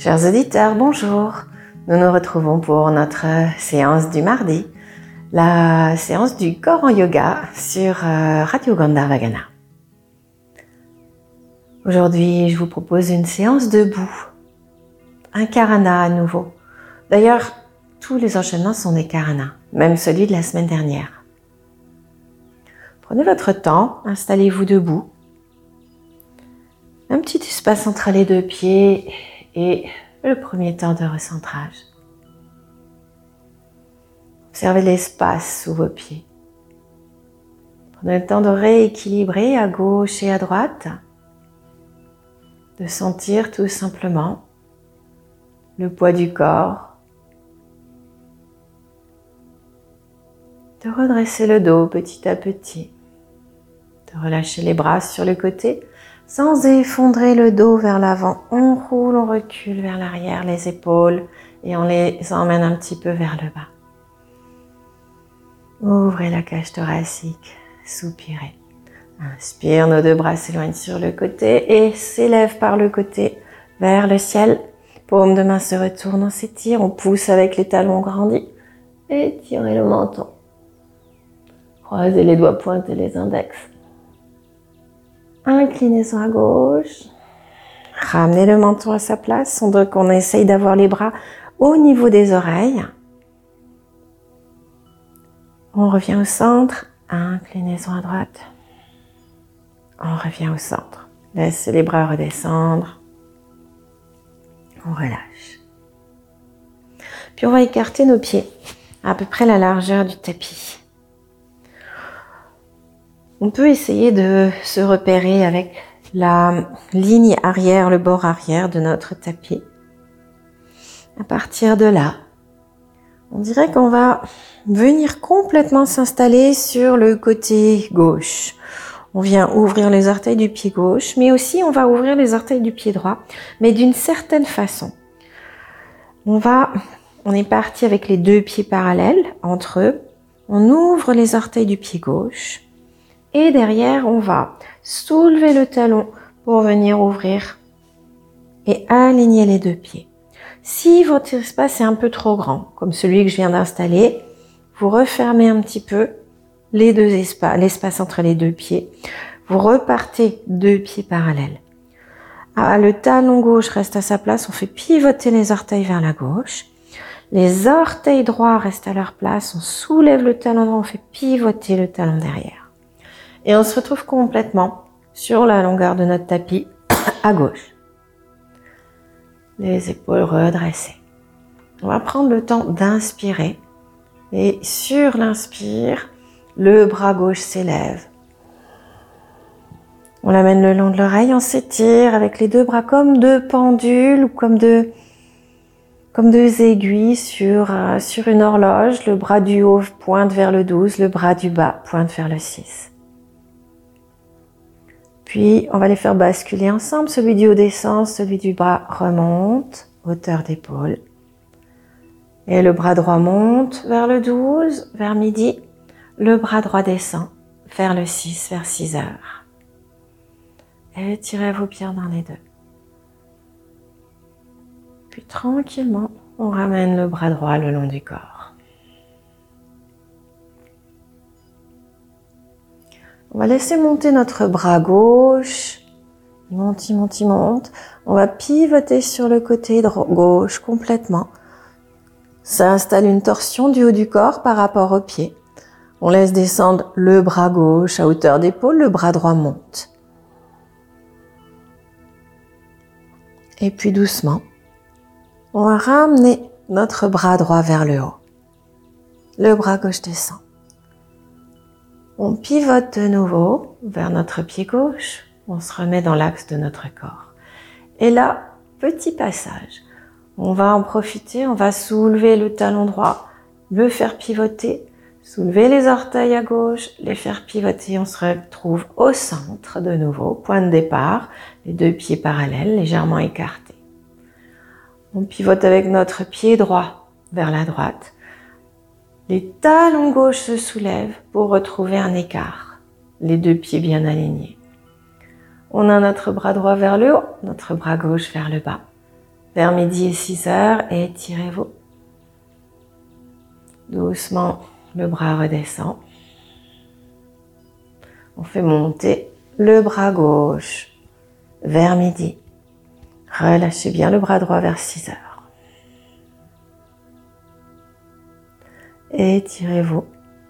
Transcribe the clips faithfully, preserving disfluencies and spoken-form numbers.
Chers auditeurs, bonjour. Nous nous retrouvons pour notre séance du mardi, la séance du corps en yoga sur Radio Gandharvagana. Aujourd'hui, je vous propose une séance debout, un karana à nouveau. D'ailleurs, tous les enchaînements sont des karanas, même celui de la semaine dernière. Prenez votre temps, installez-vous debout. Un petit espace entre les deux pieds et le premier temps de recentrage. Observez l'espace sous vos pieds. Prenez le temps de rééquilibrer à gauche et à droite, de sentir tout simplement le poids du corps, de redresser le dos petit à petit, de relâcher les bras sur le côté sans effondrer le dos vers l'avant. On roule, on recule vers l'arrière les épaules et on les emmène un petit peu vers le bas. Ouvrez la cage thoracique, soupirez. Inspire, nos deux bras s'éloignent sur le côté et s'élèvent par le côté vers le ciel. Paume de main se retourne, on s'étire, on pousse avec les talons grandis. Étirez le menton. Croisez les doigts pointés, les index. Inclinaison à gauche. Ramenez le menton à sa place. Donc on essaye d'avoir les bras au niveau des oreilles. On revient au centre. Inclinaison à droite. On revient au centre. Laissez les bras redescendre. On relâche. Puis on va écarter nos pieds à peu près la largeur du tapis. On peut essayer de se repérer avec la ligne arrière, le bord arrière de notre tapis. À partir de là, on dirait qu'on va venir complètement s'installer sur le côté gauche. On vient ouvrir les orteils du pied gauche, mais aussi on va ouvrir les orteils du pied droit, mais d'une certaine façon. On va, on est parti avec les deux pieds parallèles entre eux. On ouvre les orteils du pied gauche. Et derrière, on va soulever le talon pour venir ouvrir et aligner les deux pieds. Si votre espace est un peu trop grand, comme celui que je viens d'installer, vous refermez un petit peu les deux espaces, l'espace entre les deux pieds. Vous repartez deux pieds parallèles. Ah, le talon gauche reste à sa place, on fait pivoter les orteils vers la gauche. Les orteils droits restent à leur place, on soulève le talon droit, on fait pivoter le talon derrière. Et on se retrouve complètement sur la longueur de notre tapis à gauche. Les épaules redressées. On va prendre le temps d'inspirer. Et sur l'inspire, le bras gauche s'élève. On l'amène le long de l'oreille, on s'étire avec les deux bras comme deux pendules ou comme deux, comme deux aiguilles sur, euh, sur une horloge. Le bras du haut pointe vers le douze, le bras du bas pointe vers le six. Puis, on va les faire basculer ensemble. Celui du haut descend, celui du bas remonte, hauteur d'épaule. Et le bras droit monte vers le douze, vers midi. Le bras droit descend vers le six, vers six heures. Et étirez-vous bien dans les deux. Puis, tranquillement, on ramène le bras droit le long du corps. On va laisser monter notre bras gauche. Il monte, il monte, il monte. On va pivoter sur le côté gauche complètement. Ça installe une torsion du haut du corps par rapport au pied. On laisse descendre le bras gauche à hauteur d'épaule, le bras droit monte. Et puis doucement, on va ramener notre bras droit vers le haut. Le bras gauche descend. On pivote de nouveau vers notre pied gauche. On se remet dans l'axe de notre corps. Et là, petit passage. On va en profiter, on va soulever le talon droit, le faire pivoter, soulever les orteils à gauche, les faire pivoter. On se retrouve au centre de nouveau, point de départ, les deux pieds parallèles, légèrement écartés. On pivote avec notre pied droit vers la droite. Les talons gauche se soulèvent pour retrouver un écart, les deux pieds bien alignés. On a notre bras droit vers le haut, notre bras gauche vers le bas. vers midi et six heures et étirez-vous. Doucement, le bras redescend. On fait monter le bras gauche vers midi. Relâchez bien le bras droit vers six heures. Étirez-vous.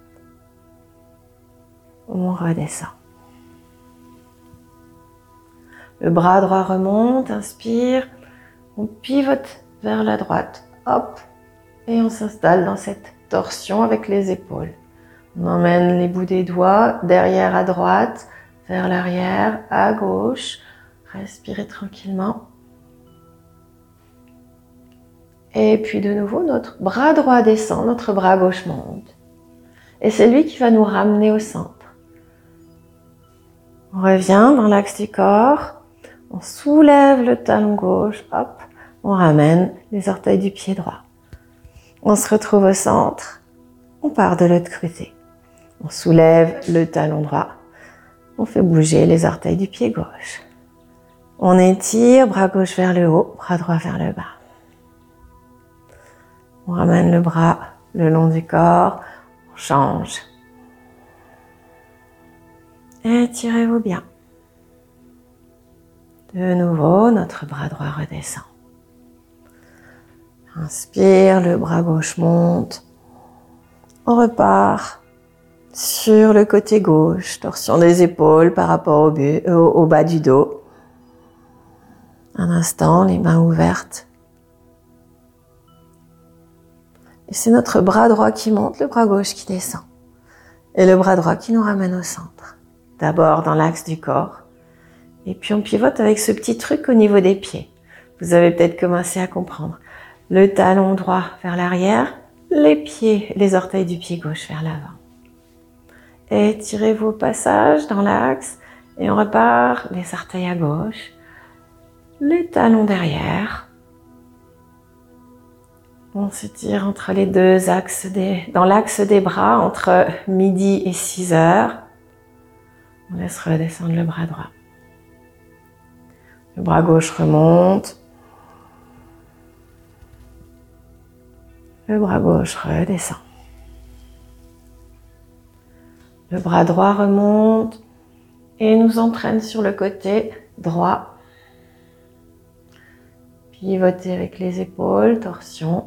On redescend. Le bras droit remonte, inspire. On pivote vers la droite. Hop. Et on s'installe dans cette torsion avec les épaules. On emmène les bouts des doigts derrière à droite, vers l'arrière, à gauche. Respirez tranquillement. Et puis de nouveau, notre bras droit descend, notre bras gauche monte. Et c'est lui qui va nous ramener au centre. On revient dans l'axe du corps. On soulève le talon gauche. Hop, on ramène les orteils du pied droit. On se retrouve au centre. On part de l'autre côté. On soulève le talon droit. On fait bouger les orteils du pied gauche. On étire, bras gauche vers le haut, bras droit vers le bas. On ramène le bras le long du corps. On change. Étirez-vous bien. De nouveau, notre bras droit redescend. Inspire, le bras gauche monte. On repart sur le côté gauche, torsion des épaules par rapport au, bu, au, au bas du dos. Un instant, les mains ouvertes. Et c'est notre bras droit qui monte, le bras gauche qui descend. Et le bras droit qui nous ramène au centre. D'abord dans l'axe du corps. Et puis on pivote avec ce petit truc au niveau des pieds. Vous avez peut-être commencé à comprendre. Le talon droit vers l'arrière, les pieds, les orteils du pied gauche vers l'avant. Étirez-vous au passage dans l'axe et on repart les orteils à gauche, les talons derrière. On s'étire entre les deux axes des, dans l'axe des bras entre midi et six heures. On laisse redescendre le bras droit. Le bras gauche remonte. Le bras gauche redescend. Le bras droit remonte et nous entraîne sur le côté droit. Pivotez avec les épaules, torsion.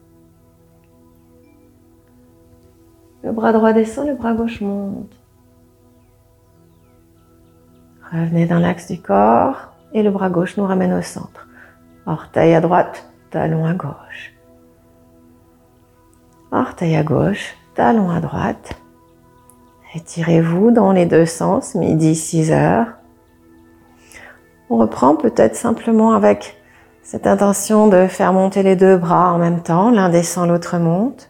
Le bras droit descend, le bras gauche monte. Revenez dans l'axe du corps et le bras gauche nous ramène au centre. Orteil à droite, talon à gauche. Orteil à gauche, talon à droite. Étirez-vous dans les deux sens, midi, six heures. On reprend peut-être simplement avec cette intention de faire monter les deux bras en même temps. L'un descend, l'autre monte.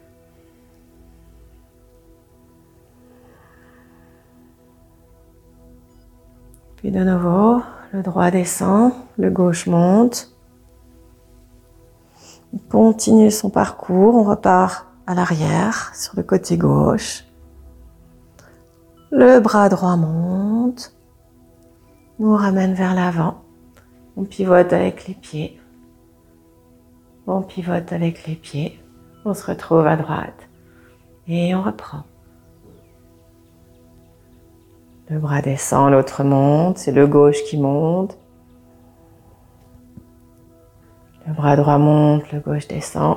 Puis de nouveau, le droit descend, le gauche monte. On continue son parcours, on repart à l'arrière, sur le côté gauche. Le bras droit monte, nous ramène vers l'avant. On pivote avec les pieds. On pivote avec les pieds. On se retrouve à droite et on reprend. Le bras descend, l'autre monte, c'est le gauche qui monte. Le bras droit monte, le gauche descend.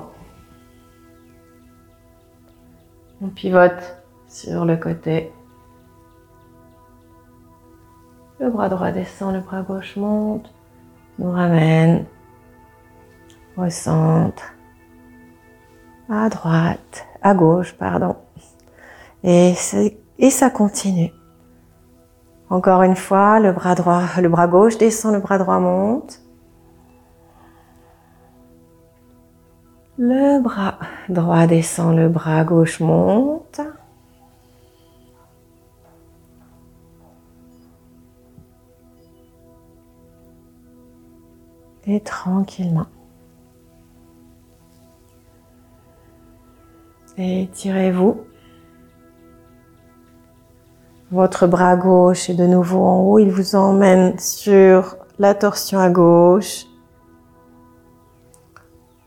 On pivote sur le côté. Le bras droit descend, le bras gauche monte, nous ramène au centre, à droite, à gauche, pardon. Et, et ça continue. Encore une fois, le bras droit, le bras gauche descend, le bras droit monte. Le bras droit descend, le bras gauche monte. Et tranquillement. Étirez-vous. Votre bras gauche est de nouveau en haut. Il vous emmène sur la torsion à gauche.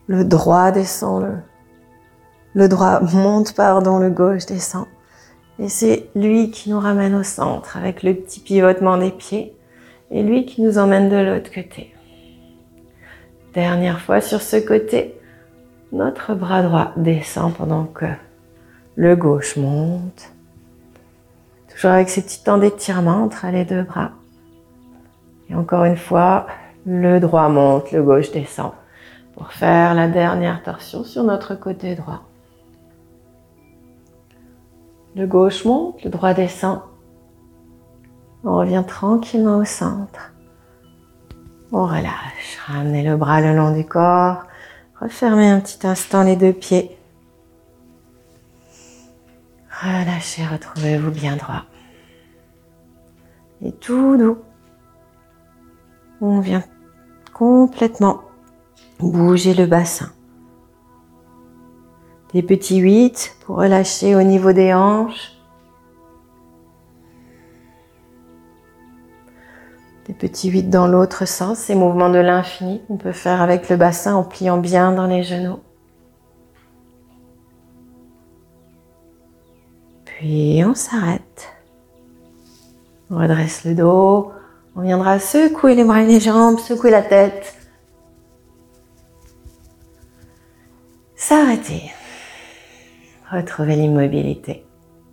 Le droit descend, le, le droit monte, pardon, le gauche descend. Et c'est lui qui nous ramène au centre avec le petit pivotement des pieds et lui qui nous emmène de l'autre côté. Dernière fois sur ce côté, notre bras droit descend pendant que le gauche monte. Toujours avec ces petits temps d'étirement entre les deux bras. Et encore une fois, le droit monte, le gauche descend pour faire la dernière torsion sur notre côté droit. Le gauche monte, le droit descend. On revient tranquillement au centre. On relâche. Ramenez le bras le long du corps. Refermez un petit instant les deux pieds. Relâchez, retrouvez-vous bien droit. Et tout doux. On vient complètement bouger le bassin. Des petits huit pour relâcher au niveau des hanches. Des petits huit dans l'autre sens, ces mouvements de l'infini qu'on peut faire avec le bassin en pliant bien dans les genoux. Puis on s'arrête. On redresse le dos. On viendra secouer les bras et les jambes, secouer la tête. S'arrêter. Retrouver l'immobilité.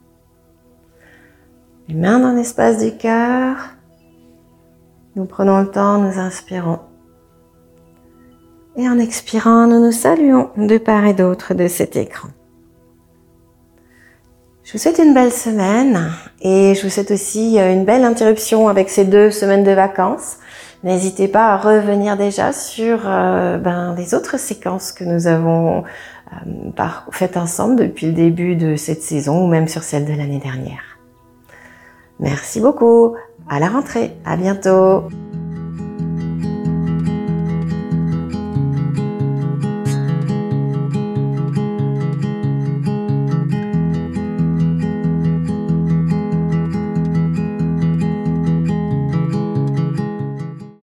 Les mains dans l'espace du cœur. Nous prenons le temps, nous inspirons. Et en expirant, nous nous saluons de part et d'autre de cet écran. Je vous souhaite une belle semaine et je vous souhaite aussi une belle interruption avec ces deux semaines de vacances. N'hésitez pas à revenir déjà sur euh, ben, les autres séquences que nous avons euh, par, faites ensemble depuis le début de cette saison ou même sur celle de l'année dernière. Merci beaucoup, à la rentrée, à bientôt.